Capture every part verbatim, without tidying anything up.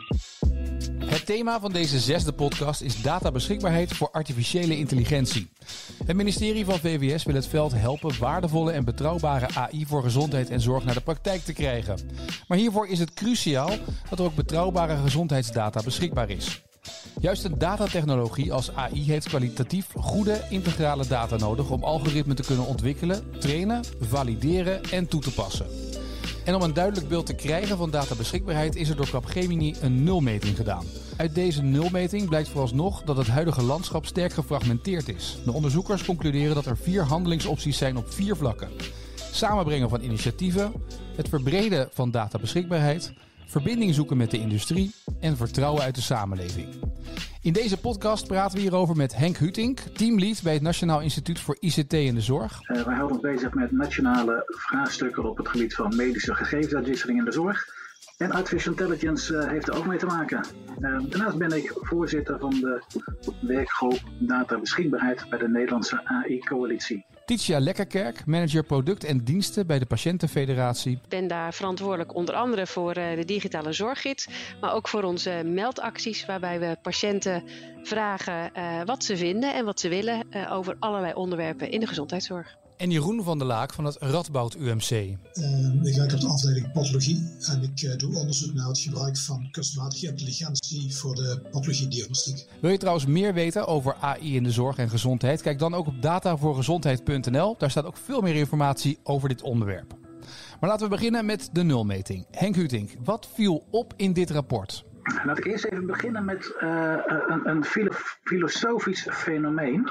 Het thema van deze zesde podcast is databeschikbaarheid voor artificiële intelligentie. Het ministerie van V W S wil het veld helpen waardevolle en betrouwbare A I voor gezondheid en zorg naar de praktijk te krijgen. Maar hiervoor is het cruciaal dat er ook betrouwbare gezondheidsdata beschikbaar is. Juist een datatechnologie als A I heeft kwalitatief goede integrale data nodig om algoritmen te kunnen ontwikkelen, trainen, valideren en toe te passen. En om een duidelijk beeld te krijgen van databeschikbaarheid is er door Capgemini een nulmeting gedaan. Uit deze nulmeting blijkt vooralsnog dat het huidige landschap sterk gefragmenteerd is. De onderzoekers concluderen dat er vier handelingsopties zijn op vier vlakken. Samenbrengen van initiatieven, het verbreden van databeschikbaarheid, verbinding zoeken met de industrie en vertrouwen uit de samenleving. In deze podcast praten we hierover met Henk Hutink, teamlead bij het Nationaal Instituut voor I C T in de Zorg. Uh, wij houden ons bezig met nationale vraagstukken op het gebied van medische gegevensuitwisseling in de zorg. En artificial intelligence uh, heeft er ook mee te maken. Uh, daarnaast ben ik voorzitter van de werkgroep databeschikbaarheid bij de Nederlandse A I-coalitie. Titia Lekkerkerk, manager product en diensten bij de Patiëntenfederatie. Ik ben daar verantwoordelijk onder andere voor de digitale zorggids, maar ook voor onze meldacties waarbij we patiënten vragen uh, wat ze vinden en wat ze willen uh, over allerlei onderwerpen in de gezondheidszorg. En Jeroen van der Laak van het Radboud U M C. Uh, ik werk op de afdeling pathologie en ik uh, doe onderzoek naar het gebruik van kunstmatige intelligentie voor de pathologiediagnostiek. Wil je trouwens meer weten over A I in de zorg en gezondheid? Kijk dan ook op data voor gezondheid punt n l. Daar staat ook veel meer informatie over dit onderwerp. Maar laten we beginnen met de nulmeting. Henk Hutink, wat viel op in dit rapport? Laat ik eerst even beginnen met uh, een, een filo- filosofisch fenomeen.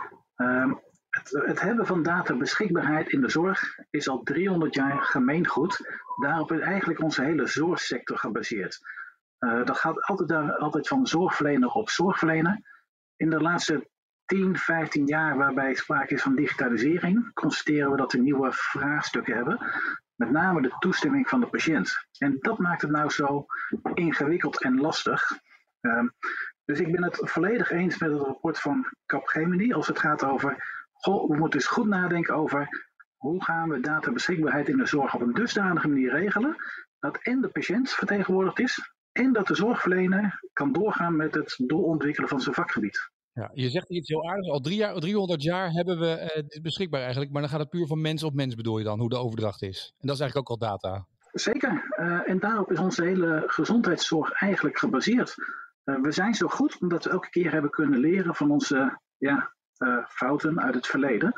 Uh, Het, het hebben van databeschikbaarheid in de zorg is al driehonderd jaar gemeengoed. Daarop is eigenlijk onze hele zorgsector gebaseerd. Uh, dat gaat altijd, daar, altijd van zorgverlener op zorgverlener. In de laatste tien, vijftien jaar waarbij sprake is van digitalisering, constateren we dat we nieuwe vraagstukken hebben. Met name de toestemming van de patiënt. En dat maakt het nou zo ingewikkeld en lastig. Uh, dus ik ben het volledig eens met het rapport van Capgemini als het gaat over... Goh, we moeten eens goed nadenken over hoe gaan we databeschikbaarheid in de zorg op een dusdanige manier regelen dat en de patiënt vertegenwoordigd is en dat de zorgverlener kan doorgaan met het doorontwikkelen van zijn vakgebied. Ja, je zegt iets heel aardigs. Al drie jaar, driehonderd jaar hebben we uh, dit beschikbaar eigenlijk, maar dan gaat het puur van mens op mens bedoel je dan, hoe de overdracht is. En dat is eigenlijk ook al data. Zeker. Uh, en daarop is onze hele gezondheidszorg eigenlijk gebaseerd. Uh, we zijn zo goed omdat we elke keer hebben kunnen leren van onze... ja. Uh, fouten uit het verleden.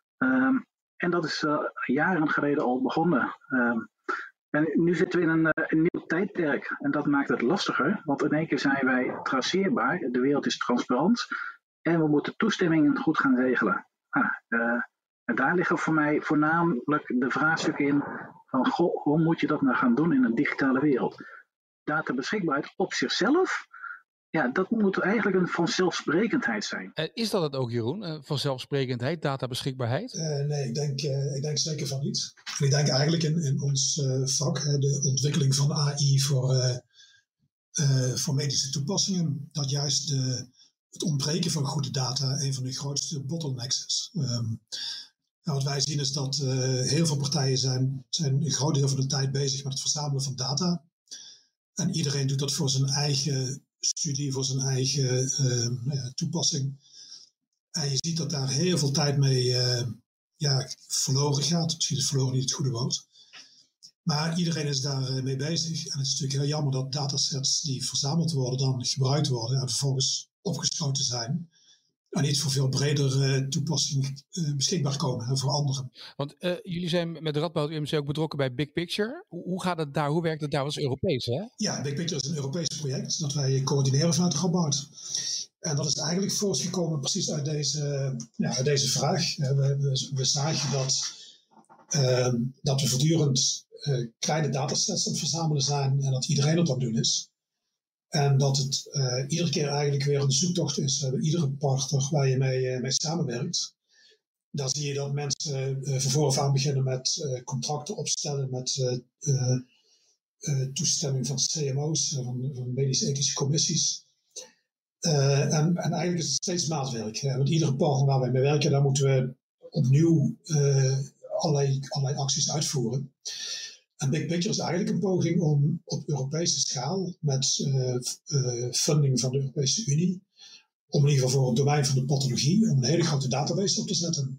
Um, en dat is uh, jaren geleden al begonnen. Um, en nu zitten we in een, uh, een nieuw tijdperk. En dat maakt het lastiger. Want in één keer zijn wij traceerbaar. De wereld is transparant. En we moeten toestemmingen goed gaan regelen. Ah, uh, en daar liggen voor mij voornamelijk de vraagstukken in. Van goh, hoe moet je dat nou gaan doen in een digitale wereld? Databeschikbaarheid op zichzelf... Ja, dat moet eigenlijk een vanzelfsprekendheid zijn. Uh, is dat het ook, Jeroen? Uh, vanzelfsprekendheid, databeschikbaarheid? Uh, nee, ik denk, uh, ik denk zeker van niet. Ik denk eigenlijk in, in ons uh, vak, uh, de ontwikkeling van A I voor, uh, uh, voor medische toepassingen, dat juist de, het ontbreken van goede data een van de grootste bottlenecks is. Um, nou, wat wij zien is dat uh, heel veel partijen zijn, zijn een groot deel van de tijd bezig met het verzamelen van data. En iedereen doet dat voor zijn eigen studie, voor zijn eigen uh, ja, toepassing. En je ziet dat daar heel veel tijd mee uh, ja, verloren gaat. Misschien is verloren niet het goede woord. Maar iedereen is daar uh, mee bezig. En het is natuurlijk heel jammer dat datasets die verzameld worden dan gebruikt worden en vervolgens opgeschoten zijn. En niet voor veel bredere uh, toepassing uh, beschikbaar komen hè, voor anderen. Want uh, jullie zijn met de Radboud U M C ook betrokken bij Big Picture. Hoe, hoe gaat het daar? Hoe werkt het daar? Dat is Europees, hè? Ja, Big Picture is een Europees project dat wij coördineren vanuit de Radboud. En dat is eigenlijk voortgekomen precies uit deze, ja, uit deze vraag. We, we, we zagen dat, uh, dat we voortdurend uh, kleine datasets aan het verzamelen zijn en dat iedereen het aan het doen is. En dat het uh, iedere keer eigenlijk weer een zoektocht is. We hebben iedere partner waar je mee, uh, mee samenwerkt. Dan zie je dat mensen uh, van vooraf aan beginnen met uh, contracten opstellen, met uh, uh, uh, toestemming van C M O's, uh, van, van medisch-ethische commissies. Uh, en, en eigenlijk is het steeds maatwerk. Hè? Want iedere partner waar wij mee werken, daar moeten we opnieuw uh, allerlei, allerlei acties uitvoeren. En Big Picture is eigenlijk een poging om op Europese schaal, met uh, uh, funding van de Europese Unie, om in ieder geval voor het domein van de pathologie, om een hele grote database op te zetten.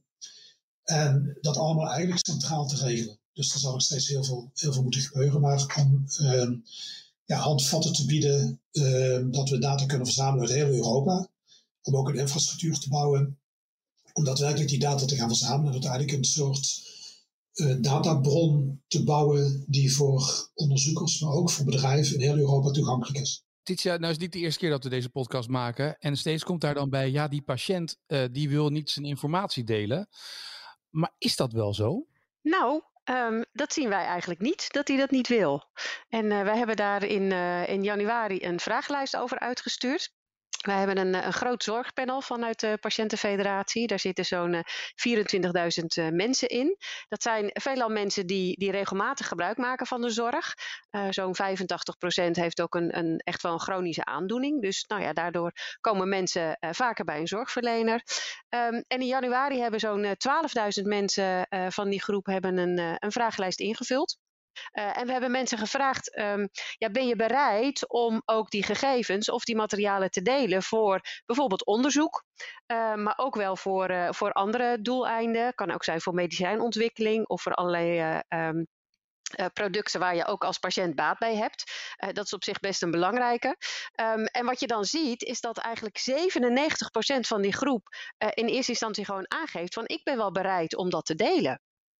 En dat allemaal eigenlijk centraal te regelen. Dus er zal nog steeds heel veel, heel veel moeten gebeuren. Maar om uh, ja, handvatten te bieden uh, dat we data kunnen verzamelen uit heel Europa. Om ook een infrastructuur te bouwen. Om daadwerkelijk die data te gaan verzamelen. En uiteindelijk een soort uh, databron te bouwen die voor onderzoekers, maar ook voor bedrijven in heel Europa toegankelijk is. Titia, nou is het niet de eerste keer dat we deze podcast maken. En steeds komt daar dan bij, ja, die patiënt uh, die wil niet zijn informatie delen. Maar is dat wel zo? Nou, um, dat zien wij eigenlijk niet, dat hij dat niet wil. En uh, wij hebben daar in, uh, in januari een vragenlijst over uitgestuurd. Wij hebben een, een groot zorgpanel vanuit de Patiëntenfederatie. Daar zitten zo'n uh, vierentwintigduizend uh, mensen in. Dat zijn veelal mensen die, die regelmatig gebruik maken van de zorg. Uh, zo'n vijfentachtig procent heeft ook een, een, echt wel een chronische aandoening. Dus nou ja, daardoor komen mensen uh, vaker bij een zorgverlener. Um, en in januari hebben zo'n uh, twaalfduizend mensen uh, van die groep hebben een, uh, een vragenlijst ingevuld. Uh, en we hebben mensen gevraagd, um, ja, ben je bereid om ook die gegevens of die materialen te delen voor bijvoorbeeld onderzoek, uh, maar ook wel voor, uh, voor andere doeleinden. Kan ook zijn voor medicijnontwikkeling of voor allerlei uh, um, Uh, producten waar je ook als patiënt baat bij hebt. Uh, dat is op zich best een belangrijke. Um, en wat je dan ziet is dat eigenlijk zevenennegentig procent van die groep uh, in eerste instantie gewoon aangeeft van ik ben wel bereid om dat te delen.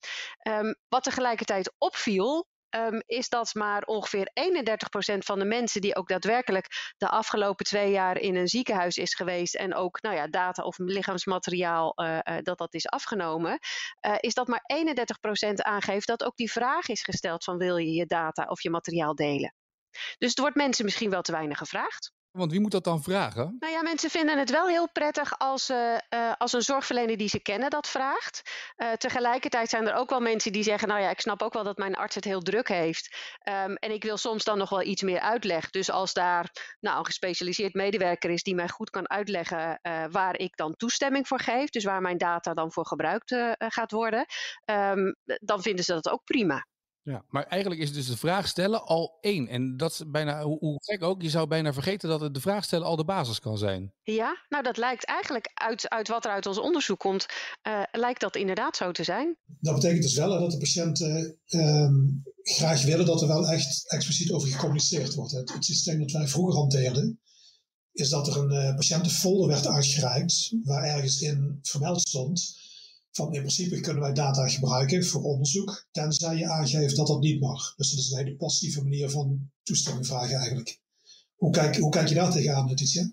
Um, wat tegelijkertijd opviel, um, is dat maar ongeveer eenendertig procent van de mensen die ook daadwerkelijk de afgelopen twee jaar in een ziekenhuis is geweest en ook nou ja, data of lichaamsmateriaal uh, uh, dat dat is afgenomen, uh, is dat maar eenendertig procent aangeeft dat ook die vraag is gesteld van wil je je data of je materiaal delen. Dus het wordt mensen misschien wel te weinig gevraagd. Want wie moet dat dan vragen? Nou ja, mensen vinden het wel heel prettig als, uh, uh, als een zorgverlener die ze kennen dat vraagt. Uh, tegelijkertijd zijn er ook wel mensen die zeggen, nou ja, ik snap ook wel dat mijn arts het heel druk heeft. Um, en ik wil soms dan nog wel iets meer uitleg. Dus als daar nou, een gespecialiseerd medewerker is die mij goed kan uitleggen uh, waar ik dan toestemming voor geef, dus waar mijn data dan voor gebruikt uh, gaat worden, um, dan vinden ze dat ook prima. Ja, maar eigenlijk is dus de vraag stellen al één. En dat is bijna, hoe, hoe gek ook, je zou bijna vergeten dat het de vraag stellen al de basis kan zijn. Ja, nou dat lijkt eigenlijk uit, uit wat er uit ons onderzoek komt, uh, lijkt dat inderdaad zo te zijn. Dat betekent dus wel dat de patiënten uh, graag willen dat er wel echt expliciet over gecommuniceerd wordt. Het, het systeem dat wij vroeger hanteerden, is dat er een uh, patiëntenfolder werd uitgereikt waar ergens in vermeld stond van in principe kunnen wij data gebruiken voor onderzoek, tenzij je aangeeft dat dat niet mag. Dus dat is een hele passieve manier van toestemming vragen eigenlijk. Hoe kijk, hoe kijk je daar tegenaan, Titia?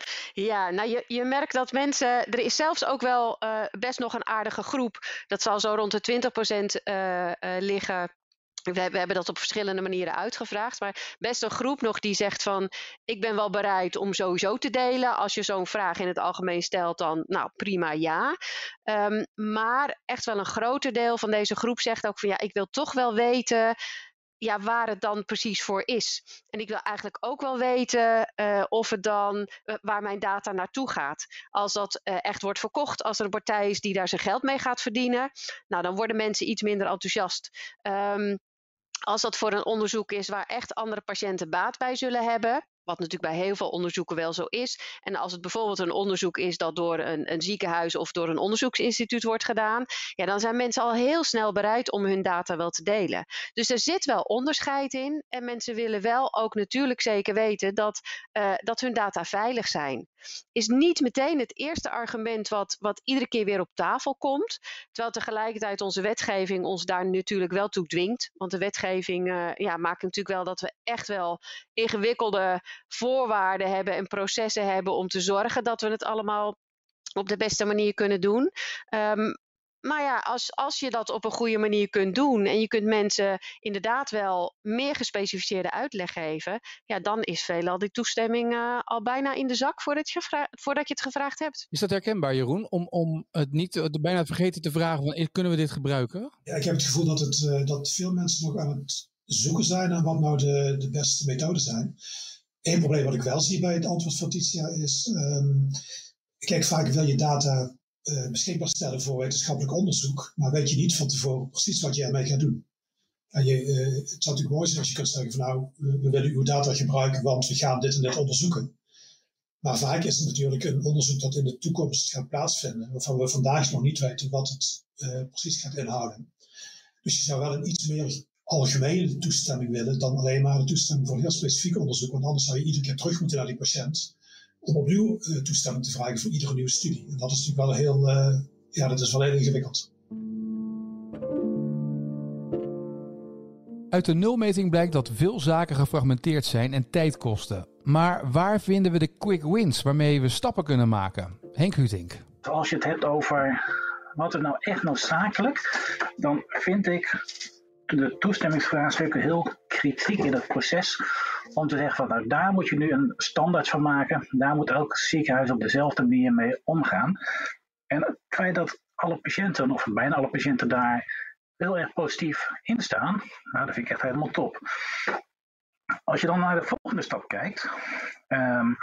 Ja, nou je, je merkt dat mensen, er is zelfs ook wel uh, best nog een aardige groep, dat zal zo rond de twintig procent uh, uh, liggen. We, we hebben dat op verschillende manieren uitgevraagd, maar best een groep nog die zegt van ik ben wel bereid om sowieso te delen. Als je zo'n vraag in het algemeen stelt, dan nou prima ja. Um, maar echt wel een groter deel van deze groep zegt ook van ja, ik wil toch wel weten ja, waar het dan precies voor is. En ik wil eigenlijk ook wel weten uh, of het dan uh, waar mijn data naartoe gaat. Als dat uh, echt wordt verkocht, als er een partij is die daar zijn geld mee gaat verdienen, nou dan worden mensen iets minder enthousiast. Um, Als dat voor een onderzoek is waar echt andere patiënten baat bij zullen hebben, wat natuurlijk bij heel veel onderzoeken wel zo is. En als het bijvoorbeeld een onderzoek is dat door een, een ziekenhuis of door een onderzoeksinstituut wordt gedaan, ja, dan zijn mensen al heel snel bereid om hun data wel te delen. Dus er zit wel onderscheid in en mensen willen wel ook natuurlijk zeker weten dat, uh, dat hun data veilig zijn. Is niet meteen het eerste argument wat, wat iedere keer weer op tafel komt, terwijl tegelijkertijd onze wetgeving ons daar natuurlijk wel toe dwingt. Want de wetgeving uh, ja, maakt natuurlijk wel dat we echt wel ingewikkelde voorwaarden hebben en processen hebben om te zorgen dat we het allemaal op de beste manier kunnen doen. Um, maar ja, als, als je dat op een goede manier kunt doen en je kunt mensen inderdaad wel meer gespecificeerde uitleg geven, ja, dan is veelal die toestemming uh, al bijna in de zak voordat je, gevra- voordat je het gevraagd hebt. Is dat herkenbaar, Jeroen? Om, om het niet uh, bijna vergeten te vragen van kunnen we dit gebruiken? Ja, ik heb het gevoel dat, het, uh, dat veel mensen nog aan het zoeken zijn naar wat nou de, de beste methoden zijn. Eén probleem wat ik wel zie bij het antwoord van Titia is, um, kijk, vaak wil je data uh, beschikbaar stellen voor wetenschappelijk onderzoek, maar weet je niet van tevoren precies wat je ermee gaat doen. En je, uh, het zou natuurlijk mooi zijn als je kunt zeggen van nou, we, we willen uw data gebruiken, want we gaan dit en dit onderzoeken. Maar vaak is het natuurlijk een onderzoek dat in de toekomst gaat plaatsvinden, waarvan we vandaag nog niet weten wat het uh, precies gaat inhouden. Dus je zou wel een iets meer algemene toestemming willen dan alleen maar de toestemming voor een heel specifiek onderzoek. Want anders zou je iedere keer terug moeten naar die patiënt om opnieuw uh, toestemming te vragen voor iedere nieuwe studie. En dat is natuurlijk wel heel, uh, ja, dat is wel heel ingewikkeld. Uit de nulmeting blijkt dat veel zaken gefragmenteerd zijn en tijd kosten. Maar waar vinden we de quick wins waarmee we stappen kunnen maken? Henk Huutink. Als je het hebt over wat is nou echt noodzakelijk, dan vind ik de toestemmingsvraagstukken heel kritiek in het proces. Om te zeggen van nou daar moet je nu een standaard van maken. Daar moet elk ziekenhuis op dezelfde manier mee omgaan. En het feit dat alle patiënten, of bijna alle patiënten daar heel erg positief in staan, nou, dat vind ik echt helemaal top. Als je dan naar de volgende stap kijkt, um,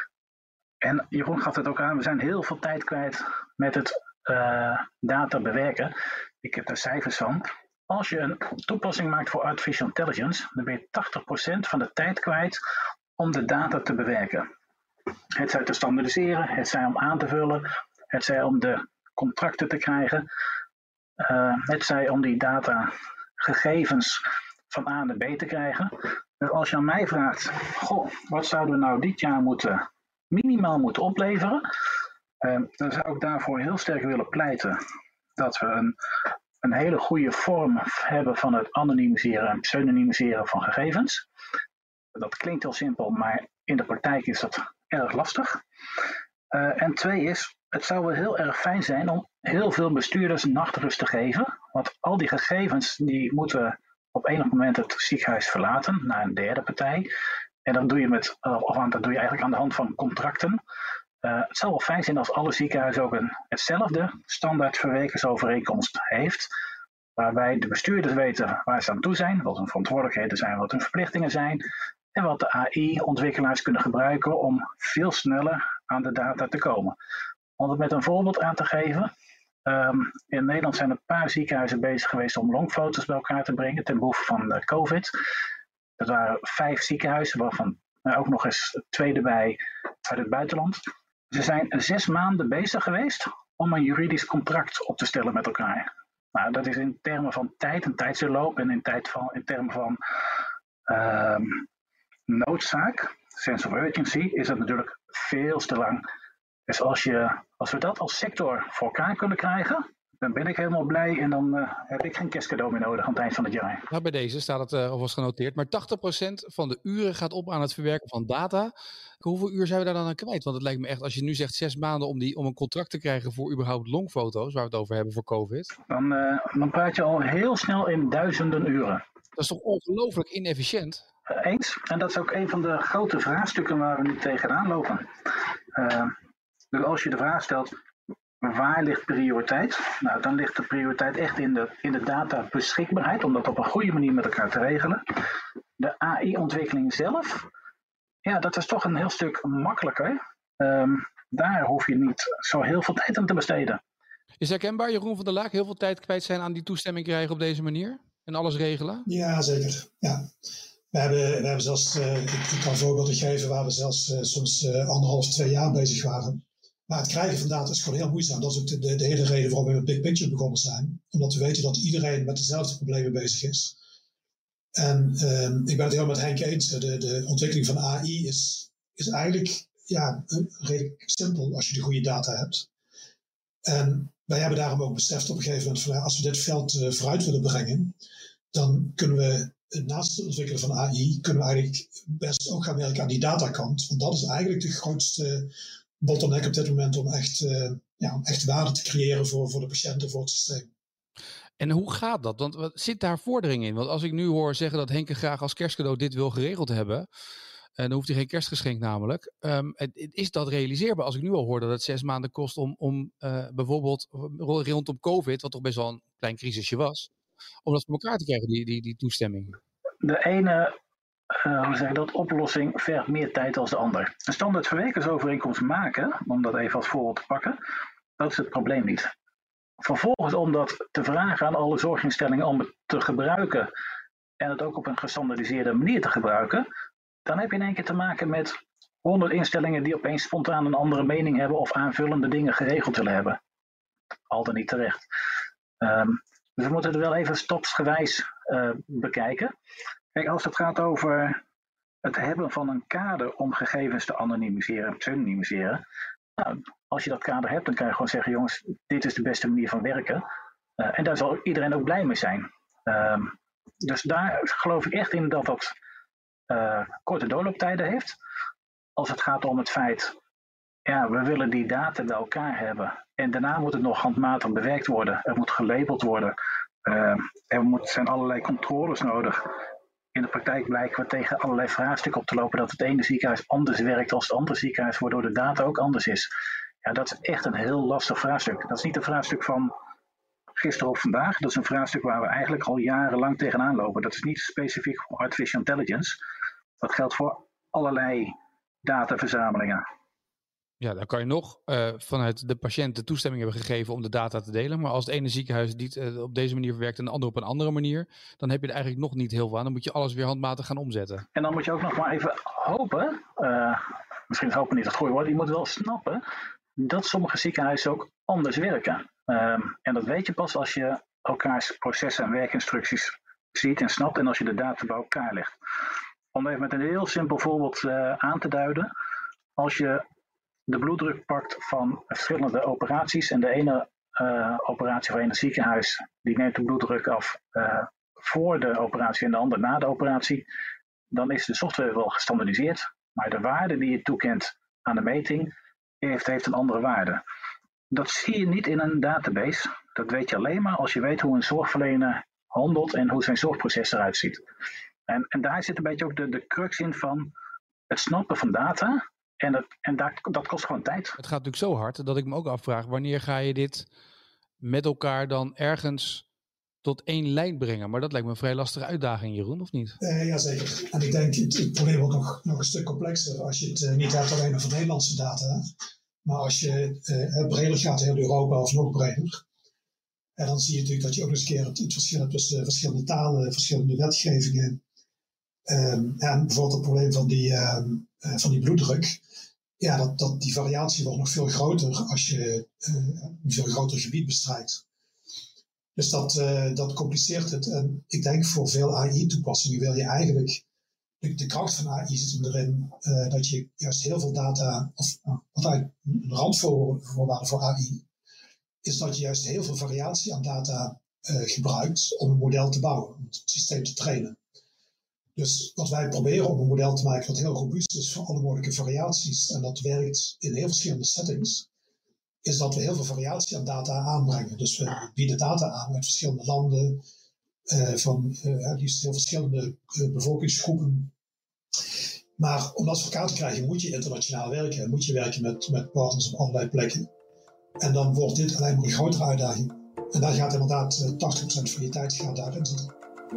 en Jeroen gaf het ook aan, we zijn heel veel tijd kwijt met het uh, data bewerken. Ik heb daar cijfers van. Als je een toepassing maakt voor artificial intelligence, dan ben je tachtig procent van de tijd kwijt om de data te bewerken. Het zij te standaardiseren, het zij om aan te vullen, het zij om de contracten te krijgen. Uh, het zij om die datagegevens van A naar B te krijgen. Dus als je aan mij vraagt, goh, wat zouden we nou dit jaar moeten, minimaal moeten opleveren? Uh, dan zou ik daarvoor heel sterk willen pleiten dat we een, een hele goede vorm hebben van het anonimiseren en pseudonymiseren van gegevens. Dat klinkt heel simpel, maar in de praktijk is dat erg lastig. Uh, en twee is, het zou wel heel erg fijn zijn om heel veel bestuurders nachtrust te geven. Want al die gegevens die moeten op enig moment het ziekenhuis verlaten naar een derde partij. En dat doe je, met, of dat doe je eigenlijk aan de hand van contracten. Uh, het zou wel fijn zijn als alle ziekenhuizen ook een, hetzelfde standaard verwerkersovereenkomst heeft. Waarbij de bestuurders weten waar ze aan toe zijn, wat hun verantwoordelijkheden zijn, wat hun verplichtingen zijn. En wat de A I-ontwikkelaars kunnen gebruiken om veel sneller aan de data te komen. Om het met een voorbeeld aan te geven. Um, in Nederland zijn een paar ziekenhuizen bezig geweest om longfoto's bij elkaar te brengen ten behoeve van uh, COVID. Dat waren vijf ziekenhuizen, waarvan uh, ook nog eens twee erbij uit het buitenland. Ze zijn zes maanden bezig geweest om een juridisch contract op te stellen met elkaar. Nou, dat is in termen van tijd en tijdsverloop en in, tijd van, in termen van um, noodzaak, sense of urgency, is dat natuurlijk veel te lang. Dus als, je, als we dat als sector voor elkaar kunnen krijgen, dan ben ik helemaal blij en dan uh, heb ik geen kerstcadeau meer nodig aan het eind van het jaar. Nou, bij deze staat het uh, alvast genoteerd, maar tachtig procent van de uren gaat op aan het verwerken van data. Hoeveel uur zijn we daar dan aan kwijt? Want het lijkt me echt, als je nu zegt zes maanden om, die, om een contract te krijgen voor überhaupt longfoto's, waar we het over hebben voor COVID. Dan, uh, dan praat je al heel snel in duizenden uren. Dat is toch ongelooflijk inefficiënt? Uh, eens, en dat is ook een van de grote vraagstukken waar we nu tegenaan lopen. Uh, dus als je de vraag stelt, waar ligt prioriteit? Nou, dan ligt de prioriteit echt in de, in de databeschikbaarheid, om dat op een goede manier met elkaar te regelen. De A I-ontwikkeling zelf, ja, dat is toch een heel stuk makkelijker. Um, daar hoef je niet zo heel veel tijd aan te besteden. Is herkenbaar, Jeroen van der Laak, heel veel tijd kwijt zijn aan die toestemming krijgen op deze manier? En alles regelen? Ja, zeker. Ja. We hebben, we hebben zelfs, uh, ik, ik kan voorbeelden geven waar we zelfs uh, soms uh, anderhalf, twee jaar bezig waren. Maar het krijgen van data is gewoon heel moeizaam. Dat is ook de, de, de hele reden waarom we met Big Picture begonnen zijn. Omdat we weten dat iedereen met dezelfde problemen bezig is. En um, ik ben het heel met Henk eens. De, de ontwikkeling van A I is, is eigenlijk ja, redelijk simpel als je de goede data hebt. En wij hebben daarom ook beseft op een gegeven moment van als we dit veld uh, vooruit willen brengen, dan kunnen we naast het ontwikkelen van A I, kunnen we eigenlijk best ook gaan werken aan die datakant. Want dat is eigenlijk de grootste bottleneck op dit moment om echt, uh, ja, om echt waarde te creëren voor, voor de patiënten, voor het systeem. En hoe gaat dat? Want wat zit daar vordering in? Want als ik nu hoor zeggen dat Henke graag als kerstcadeau dit wil geregeld hebben, en dan hoeft hij geen kerstgeschenk namelijk. Um, is dat realiseerbaar als ik nu al hoor dat het zes maanden kost om, om uh, bijvoorbeeld rondom COVID, wat toch best wel een klein crisisje was, om dat voor elkaar te krijgen, die, die, die toestemming? De ene uh, hoe zeg je dat, oplossing vergt meer tijd dan de ander. Een standaard verwerkersovereenkomst maken, om dat even als voorbeeld te pakken, dat is het probleem niet. Vervolgens om dat te vragen aan alle zorginstellingen om het te gebruiken en het ook op een gestandaardiseerde manier te gebruiken, dan heb je in één keer te maken met honderd instellingen die opeens spontaan een andere mening hebben of aanvullende dingen geregeld willen hebben. Al dan niet terecht. Um, dus we moeten het wel even stapsgewijs uh, bekijken. Kijk, als het gaat over het hebben van een kader om gegevens te anonimiseren, te pseudonymiseren. Nou, als je dat kader hebt, dan kan je gewoon zeggen, jongens, dit is de beste manier van werken. Uh, en daar zal iedereen ook blij mee zijn. Um, dus daar geloof ik echt in dat dat uh, korte doorlooptijden heeft. Als het gaat om het feit, ja, we willen die data bij elkaar hebben. En daarna moet het nog handmatig bewerkt worden. Er moet gelabeld worden. Uh, er moet, zijn allerlei controles nodig. In de praktijk blijken we tegen allerlei vraagstukken op te lopen dat het ene ziekenhuis anders werkt als het andere ziekenhuis, waardoor de data ook anders is. Ja, dat is echt een heel lastig vraagstuk. Dat is niet een vraagstuk van gisteren op vandaag. Dat is een vraagstuk waar we eigenlijk al jarenlang tegenaan lopen. Dat is niet specifiek voor artificial intelligence. Dat geldt voor allerlei dataverzamelingen. Ja, dan kan je nog uh, vanuit de patiënt de toestemming hebben gegeven om de data te delen. Maar als het ene ziekenhuis die het uh, op deze manier verwerkt en de andere op een andere manier, dan heb je er eigenlijk nog niet heel veel aan. Dan moet je alles weer handmatig gaan omzetten. En dan moet je ook nog maar even hopen, uh, misschien is hopen niet het goede woord, je moet wel snappen dat sommige ziekenhuizen ook anders werken. Um, en dat weet je pas als je elkaars processen en werkinstructies ziet en snapt en als je de data bij elkaar legt. Om even met een heel simpel voorbeeld uh, aan te duiden. Als je de bloeddruk pakt van verschillende operaties en de ene uh, operatie van een ziekenhuis die neemt de bloeddruk af uh, voor de operatie en de andere na de operatie, dan is de software wel gestandaardiseerd, maar de waarde die je toekent aan de meting heeft, heeft een andere waarde. Dat zie je niet in een database. Dat weet je alleen maar als je weet hoe een zorgverlener handelt en hoe zijn zorgproces eruit ziet. En, en daar zit een beetje ook de, de crux in van het snappen van data. En, dat, en daar, dat kost gewoon tijd. Het gaat natuurlijk zo hard dat ik me ook afvraag, wanneer ga je dit met elkaar dan ergens tot één lijn brengen? Maar dat lijkt me een vrij lastige uitdaging, Jeroen, of niet? Uh, Jazeker. En ik denk, het, het probleem wordt nog, nog een stuk complexer als je het uh, niet hebt alleen over Nederlandse data. Maar als je uh, breder gaat in heel Europa of nog breder. En dan zie je natuurlijk dat je ook eens een keer het, het verschil hebt tussen verschillende talen, verschillende wetgevingen. Um, en bijvoorbeeld het probleem van die, um, uh, van die bloeddruk. Ja, dat, dat die variatie wordt nog veel groter als je uh, een veel groter gebied bestrijkt. Dus dat, uh, dat compliceert het. En ik denk voor veel A I-toepassingen wil je eigenlijk... De, de kracht van A I zit erin uh, dat je juist heel veel data... Of uh, wat eigenlijk een randvoorwaarde voor A I... is dat je juist heel veel variatie aan data uh, gebruikt om een model te bouwen. Om het systeem te trainen. Dus wat wij proberen om een model te maken wat heel robuust is voor alle mogelijke variaties. En dat werkt in heel verschillende settings. Is dat we heel veel variatie aan data aanbrengen. Dus we bieden data aan uit verschillende landen. Uh, van uh, liefst heel verschillende uh, bevolkingsgroepen. Maar om dat voor elkaar te krijgen moet je internationaal werken. Moet je werken met, met partners op allerlei plekken. En dan wordt dit alleen maar een grotere uitdaging. En daar gaat inderdaad uh, tachtig procent van je tijd gaat daarin zitten.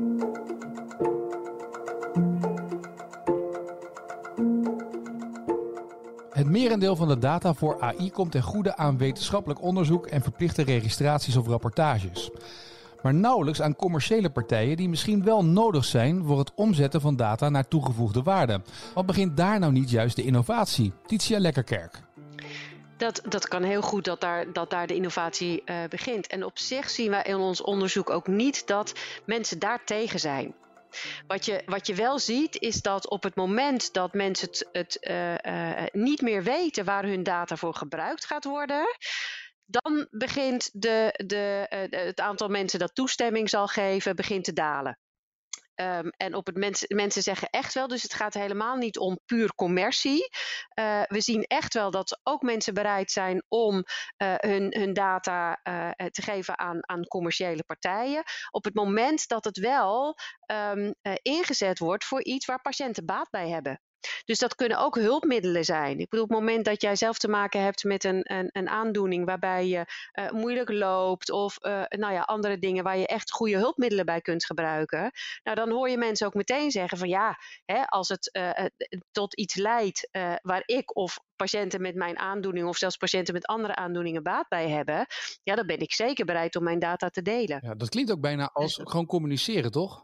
Het merendeel van de data voor A I komt ten goede aan wetenschappelijk onderzoek en verplichte registraties of rapportages. Maar nauwelijks aan commerciële partijen die misschien wel nodig zijn voor het omzetten van data naar toegevoegde waarde. Wat begint daar nou niet juist de innovatie? Titia Lekkerkerk. Dat, dat kan heel goed dat daar, dat daar de innovatie uh, begint. En op zich zien wij in ons onderzoek ook niet dat mensen daar tegen zijn. Wat je, wat je wel ziet is dat op het moment dat mensen het, het uh, uh, niet meer weten waar hun data voor gebruikt gaat worden, dan begint de, de, uh, het aantal mensen dat toestemming zal geven, begint te dalen. Um, en op het mens, mensen zeggen echt wel, dus het gaat helemaal niet om puur commercie. Uh, we zien echt wel dat ook mensen bereid zijn om uh, hun, hun data uh, te geven aan, aan commerciële partijen. Op het moment dat het wel um, uh, ingezet wordt voor iets waar patiënten baat bij hebben. Dus dat kunnen ook hulpmiddelen zijn. Ik bedoel, op het moment dat jij zelf te maken hebt met een, een, een aandoening waarbij je uh, moeilijk loopt of uh, nou ja, andere dingen waar je echt goede hulpmiddelen bij kunt gebruiken. Nou, dan hoor je mensen ook meteen zeggen van ja, hè, als het uh, tot iets leidt uh, waar ik of patiënten met mijn aandoening of zelfs patiënten met andere aandoeningen baat bij hebben, ja, dan ben ik zeker bereid om mijn data te delen. Ja, dat klinkt ook bijna als gewoon communiceren, toch?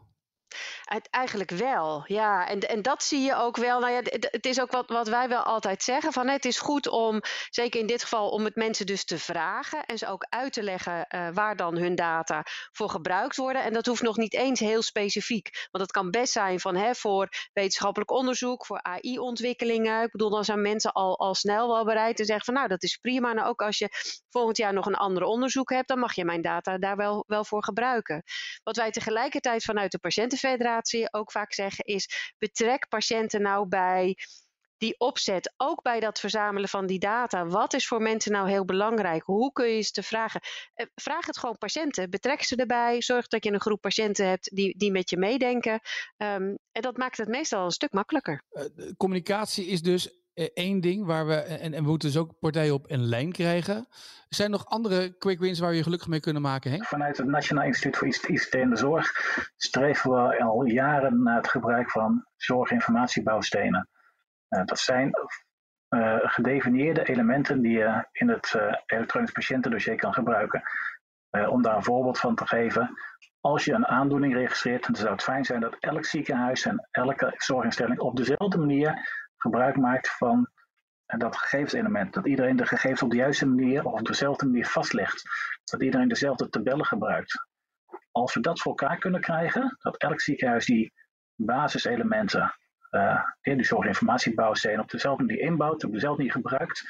Eigenlijk wel, ja. En, en dat zie je ook wel. Nou ja, het is ook wat, wat wij wel altijd zeggen. Van, het is goed om, zeker in dit geval, om het mensen dus te vragen. En ze ook uit te leggen uh, waar dan hun data voor gebruikt worden. En dat hoeft nog niet eens heel specifiek. Want het kan best zijn van, hè, voor wetenschappelijk onderzoek, voor A I-ontwikkelingen. Ik bedoel, dan zijn mensen al, al snel wel bereid te zeggen van, nou, dat is prima. Nou, ook als je volgend jaar nog een ander onderzoek hebt, dan mag je mijn data daar wel, wel voor gebruiken. Wat wij tegelijkertijd vanuit de Patiëntenfederatie ook vaak zeggen is, betrek patiënten nou bij die opzet, ook bij dat verzamelen van die data. Wat is voor mensen nou heel belangrijk? Hoe kun je ze te vragen? Vraag het gewoon patiënten, betrek ze erbij, zorg dat je een groep patiënten hebt die, die met je meedenken. Um, en dat maakt het meestal een stuk makkelijker. Uh, communicatie is dus één ding waar we, en, en we moeten dus ook partijen op een lijn krijgen. Zijn er nog andere quick wins waar we je gelukkig mee kunnen maken, Henk? Vanuit het Nationaal Instituut voor I C T in de Zorg streven we al jaren naar het gebruik van zorginformatiebouwstenen. Uh, dat zijn uh, gedefinieerde elementen die je in het uh, elektronisch patiëntendossier kan gebruiken. Uh, om daar een voorbeeld van te geven. Als je een aandoening registreert, dan zou het fijn zijn dat elk ziekenhuis en elke zorginstelling op dezelfde manier gebruik maakt van dat gegevenselement. Dat iedereen de gegevens op de juiste manier of op dezelfde manier vastlegt. Dat iedereen dezelfde tabellen gebruikt. Als we dat voor elkaar kunnen krijgen, dat elk ziekenhuis die basiselementen, uh, die zorginformatiebouwstenen op dezelfde manier inbouwt, op dezelfde manier gebruikt,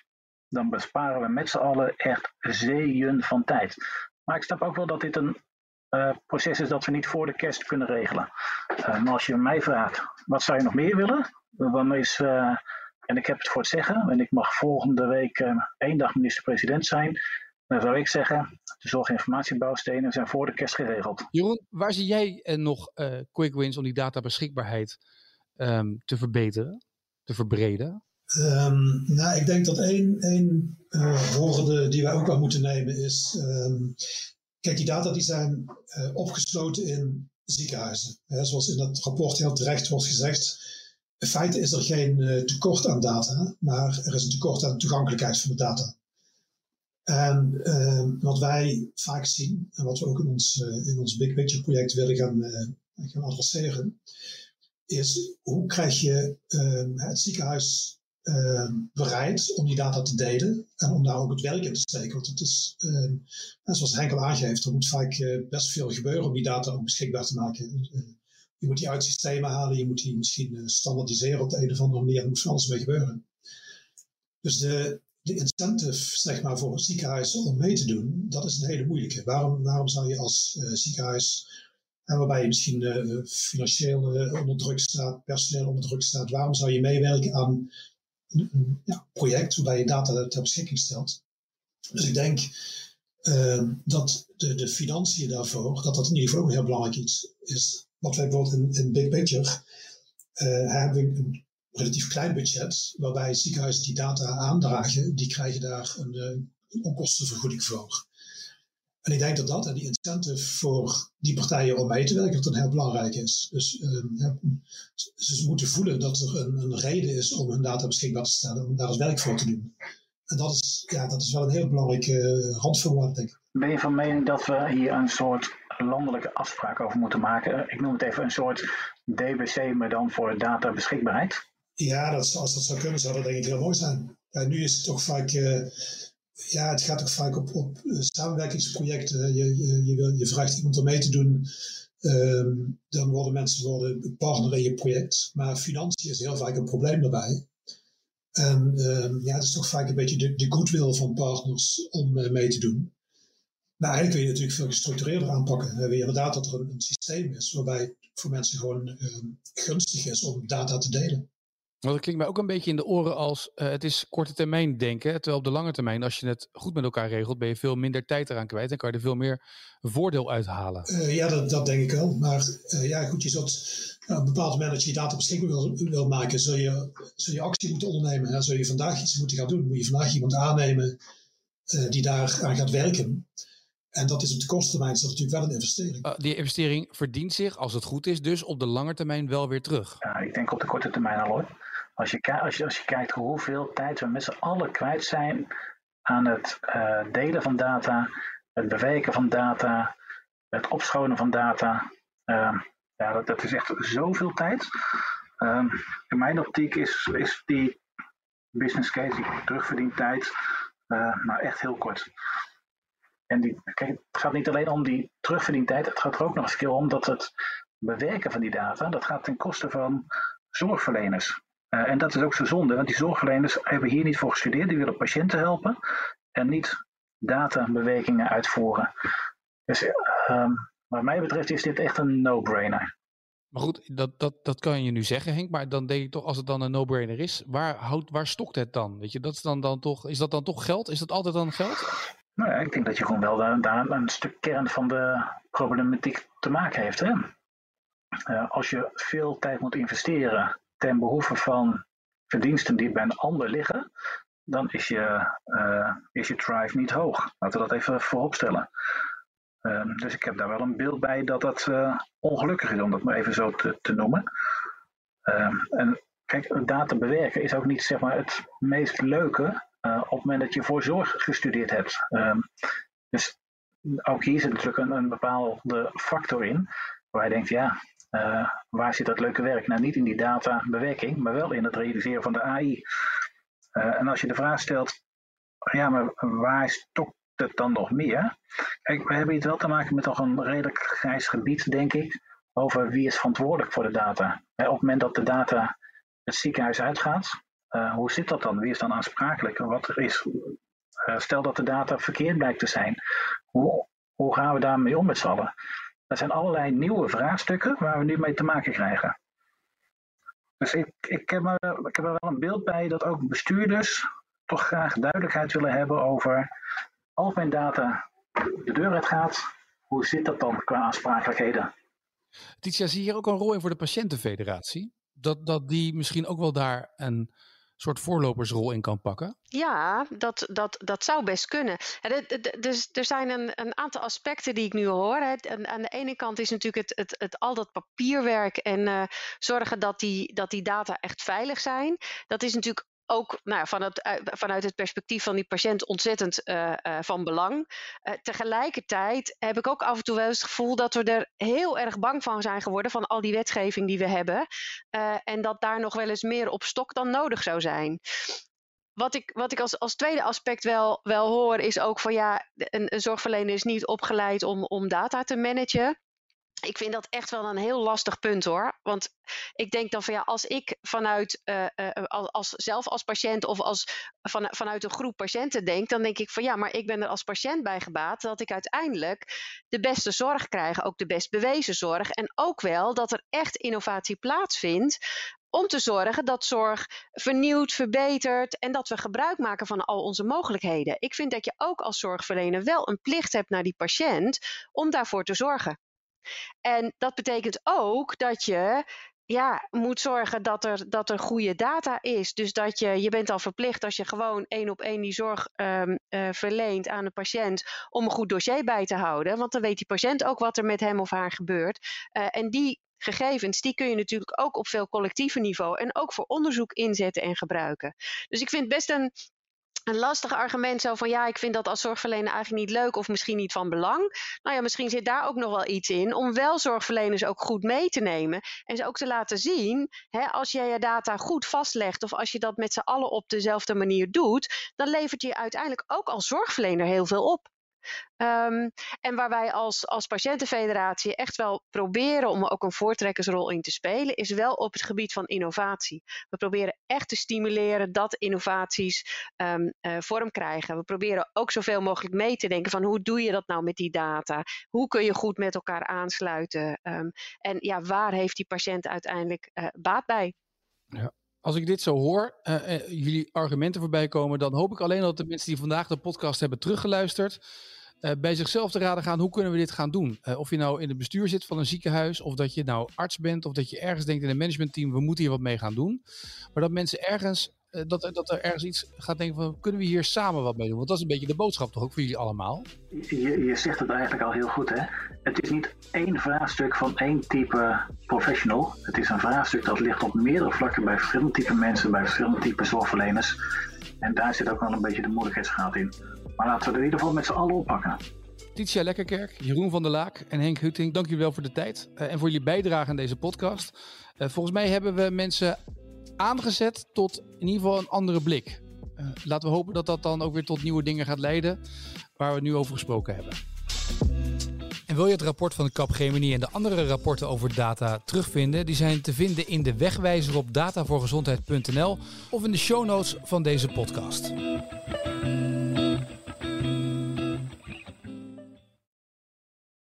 dan besparen we met z'n allen echt zeeën van tijd. Maar ik snap ook wel dat dit een uh, proces is dat we niet voor de kerst kunnen regelen. Uh, maar als je mij vraagt, wat zou je nog meer willen? Dan is, uh, en ik heb het voor het zeggen, en ik mag volgende week uh, één dag minister-president zijn, dan zou ik zeggen, de zorginformatiebouwstenen zijn voor de kerst geregeld. Jeroen, waar zie jij uh, nog uh, quick wins om die databeschikbaarheid um, te verbeteren, te verbreden? Um, nou, ik denk dat één, één uh, woorde die wij ook wel moeten nemen is, um, kijk, die data die zijn uh, opgesloten in ziekenhuizen. Hè, zoals in dat rapport heel terecht wordt gezegd, in feite is er geen uh, tekort aan data, maar er is een tekort aan toegankelijkheid van de data. En uh, wat wij vaak zien, en wat we ook in ons, uh, in ons Big Picture project willen gaan, uh, gaan adresseren, is hoe krijg je uh, het ziekenhuis uh, bereid om die data te delen en om daar ook het werk in te steken. Want het is, uh, zoals Henk al aangeeft, er moet vaak uh, best veel gebeuren om die data ook beschikbaar te maken. Uh, je moet die uit systemen halen, je moet die misschien uh, standaardiseren op de een of andere manier, er moet van alles mee gebeuren. Dus de De incentive, zeg maar, voor ziekenhuizen om mee te doen, dat is een hele moeilijke. Waarom, waarom zou je als uh, ziekenhuis, en waarbij je misschien uh, financieel uh, onder druk staat, personeel onder druk staat, waarom zou je meewerken aan een, een ja, project waarbij je data ter beschikking stelt? Dus ik denk uh, dat de, de financiën daarvoor, dat dat in ieder geval ook een heel belangrijk iets is. Wat wij bijvoorbeeld in, in Big Picture uh, hebben een relatief klein budget, waarbij ziekenhuizen die data aandragen, die krijgen daar een, een onkostenvergoeding voor. En ik denk dat dat en die incentive voor die partijen om mee te werken, dat dat heel belangrijk is. Dus um, ja, ze moeten voelen dat er een, een reden is om hun data beschikbaar te stellen, om daar het werk voor te doen. En dat is, ja, dat is wel een heel belangrijke randvoorwaarde, denk ik. Ben je van mening dat we hier een soort landelijke afspraak over moeten maken? Ik noem het even een soort D B C, maar dan voor databeschikbaarheid. Ja, dat, als dat zou kunnen, zou dat denk ik heel mooi zijn. Ja, nu is het toch vaak, uh, ja, het gaat ook vaak op, op uh, samenwerkingsprojecten. Je, je, je, wil, je vraagt iemand om mee te doen, um, dan worden mensen worden partner in je project. Maar financiën is heel vaak een probleem daarbij. En um, ja, het is toch vaak een beetje de, de goodwill van partners om uh, mee te doen. Maar eigenlijk wil je natuurlijk veel gestructureerder aanpakken. Dan wil je inderdaad dat er een, een systeem is waarbij het voor mensen gewoon um, gunstig is om data te delen. Dat klinkt mij ook een beetje in de oren als uh, het is korte termijn denken. Terwijl op de lange termijn, als je het goed met elkaar regelt, ben je veel minder tijd eraan kwijt. En kan je er veel meer voordeel uithalen. Uh, ja, dat, dat denk ik wel. Maar uh, ja, goed, je zult uh, op een bepaald moment dat je je data beschikbaar wil, wil maken, zul je, zul je actie moeten ondernemen. Hè? Zul je vandaag iets moeten gaan doen. Moet je vandaag iemand aannemen uh, die daar aan gaat werken. En dat is op de korte termijn is dat natuurlijk wel een investering. Uh, die investering verdient zich, als het goed is, dus op de lange termijn wel weer terug. Ja, ik denk op de korte termijn al hoor. Als je, als, je, als je kijkt hoeveel tijd we met z'n allen kwijt zijn aan het uh, delen van data, het bewerken van data, het opschonen van data. Uh, Ja, dat, dat is echt zoveel tijd. Um, in mijn optiek is, is die business case, die terugverdientijd, uh, nou echt heel kort. En die, kijk, het gaat niet alleen om die terugverdientijd, het gaat er ook nog eens een keer om dat het bewerken van die data, dat gaat ten koste van zorgverleners. Uh, en dat is ook zo zonde, want die zorgverleners hebben hier niet voor gestudeerd, die willen patiënten helpen en niet databewerkingen uitvoeren. Dus um, wat mij betreft is dit echt een no-brainer. Maar goed, dat, dat, dat kan je nu zeggen, Henk. Maar dan denk ik toch, als het dan een no-brainer is, waar, houdt, waar stokt het dan? Weet je, dat is, dan, dan toch, is dat dan toch geld? Is dat altijd dan geld? Nou ja, ik denk dat je gewoon wel daar, daar een stuk kern van de problematiek te maken heeft. Hè? Uh, als je veel tijd moet investeren ten behoeve van verdiensten die bij een ander liggen, dan is je, uh, is je drive niet hoog. Laten we dat even voorop stellen. Uh, dus ik heb daar wel een beeld bij dat dat uh, ongelukkig is, om dat maar even zo te, te noemen. Uh, en kijk, data bewerken is ook niet zeg maar, het meest leuke uh, op het moment dat je voor zorg gestudeerd hebt. Uh, dus ook hier zit natuurlijk een, een bepaalde factor in, waar je denkt, ja, uh, waar zit dat leuke werk? Nou, niet in die databewerking, maar wel in het realiseren van de A I. Uh, en als je de vraag stelt, ja, maar waar stokt het dan nog meer? Kijk, we hebben hier wel te maken met toch een redelijk grijs gebied, denk ik, over wie is verantwoordelijk voor de data. Op het moment dat de data het ziekenhuis uitgaat, uh, hoe zit dat dan? Wie is dan aansprakelijk? Wat er is, uh, stel dat de data verkeerd blijkt te zijn, hoe, hoe gaan we daarmee om met z'n allen? Dat zijn allerlei nieuwe vraagstukken waar we nu mee te maken krijgen. Dus ik, ik, heb er, ik heb er wel een beeld bij dat ook bestuurders toch graag duidelijkheid willen hebben over, als mijn data de deur uit gaat, hoe zit dat dan qua aansprakelijkheden? Titia, zie je hier ook een rol in voor de patiëntenfederatie? Dat, dat die misschien ook wel daar een soort voorlopersrol in kan pakken? Ja, dat, dat, dat zou best kunnen. Dus er zijn een, een aantal aspecten die ik nu hoor. Aan de ene kant is natuurlijk het, het, het, al dat papierwerk en uh, zorgen dat die, dat die data echt veilig zijn. Dat is natuurlijk ook nou ja, vanuit, vanuit het perspectief van die patiënt ontzettend uh, uh, van belang. Uh, tegelijkertijd heb ik ook af en toe wel eens het gevoel dat we er heel erg bang van zijn geworden van al die wetgeving die we hebben. Uh, en dat daar nog wel eens meer op stok dan nodig zou zijn. Wat ik, wat ik als, als tweede aspect wel, wel hoor is ook van ja, een, een zorgverlener is niet opgeleid om, om data te managen. Ik vind dat echt wel een heel lastig punt hoor. Want ik denk dan van ja, als ik vanuit uh, uh, als, als, zelf als patiënt of als, van, vanuit een groep patiënten denk, dan denk ik van ja, maar ik ben er als patiënt bij gebaat dat ik uiteindelijk de beste zorg krijg, ook de best bewezen zorg. En ook wel dat er echt innovatie plaatsvindt om te zorgen dat zorg vernieuwt, verbetert en dat we gebruik maken van al onze mogelijkheden. Ik vind dat je ook als zorgverlener wel een plicht hebt naar die patiënt om daarvoor te zorgen. En dat betekent ook dat je ja, moet zorgen dat er, dat er goede data is. Dus dat je, je bent al verplicht als je gewoon één op één die zorg um, uh, verleent aan een patiënt om een goed dossier bij te houden. Want dan weet die patiënt ook wat er met hem of haar gebeurt. Uh, en die gegevens, die kun je natuurlijk ook op veel collectiever niveau en ook voor onderzoek inzetten en gebruiken. Dus ik vind best een Een lastig argument zo van ja, ik vind dat als zorgverlener eigenlijk niet leuk of misschien niet van belang. Nou ja, misschien zit daar ook nog wel iets in om wel zorgverleners ook goed mee te nemen. En ze ook te laten zien, hè, als jij je data goed vastlegt of als je dat met z'n allen op dezelfde manier doet, dan levert je uiteindelijk ook als zorgverlener heel veel op. Um, en waar wij als, als patiëntenfederatie echt wel proberen om ook een voortrekkersrol in te spelen, is wel op het gebied van innovatie. We proberen echt te stimuleren dat innovaties um, uh, vorm krijgen. We proberen ook zoveel mogelijk mee te denken van hoe doe je dat nou met die data? Hoe kun je goed met elkaar aansluiten? Um, en ja, waar heeft die patiënt uiteindelijk uh, baat bij? Ja. Als ik dit zo hoor, uh, uh, jullie argumenten voorbij komen, dan hoop ik alleen dat de mensen die vandaag de podcast hebben teruggeluisterd, uh, bij zichzelf te raden gaan, hoe kunnen we dit gaan doen? Uh, of je nou in het bestuur zit van een ziekenhuis, of dat je nou arts bent, of dat je ergens denkt in een managementteam, we moeten hier wat mee gaan doen. Maar dat mensen ergens, uh, dat, dat er ergens iets gaat denken van, kunnen we hier samen wat mee doen? Want dat is een beetje de boodschap toch ook voor jullie allemaal? Je, je zegt het eigenlijk al heel goed, hè? Het is niet één vraagstuk van één type professional. Het is een vraagstuk dat ligt op meerdere vlakken bij verschillende type mensen, bij verschillende type zorgverleners. En daar zit ook wel een beetje de moeilijkheidsgraad in. Maar laten we er in ieder geval met z'n allen oppakken. Titia Lekkerkerk, Jeroen van der Laak en Henk Hutting, dank jullie wel voor de tijd uh, en voor jullie bijdrage aan deze podcast. Uh, volgens mij hebben we mensen aangezet tot in ieder geval een andere blik. Uh, laten we hopen dat dat dan ook weer tot nieuwe dingen gaat leiden waar we het nu over gesproken hebben. En wil je het rapport van de Capgemini en de andere rapporten over data terugvinden? Die zijn te vinden in de wegwijzer op data voor gezondheid punt n l of in de show notes van deze podcast.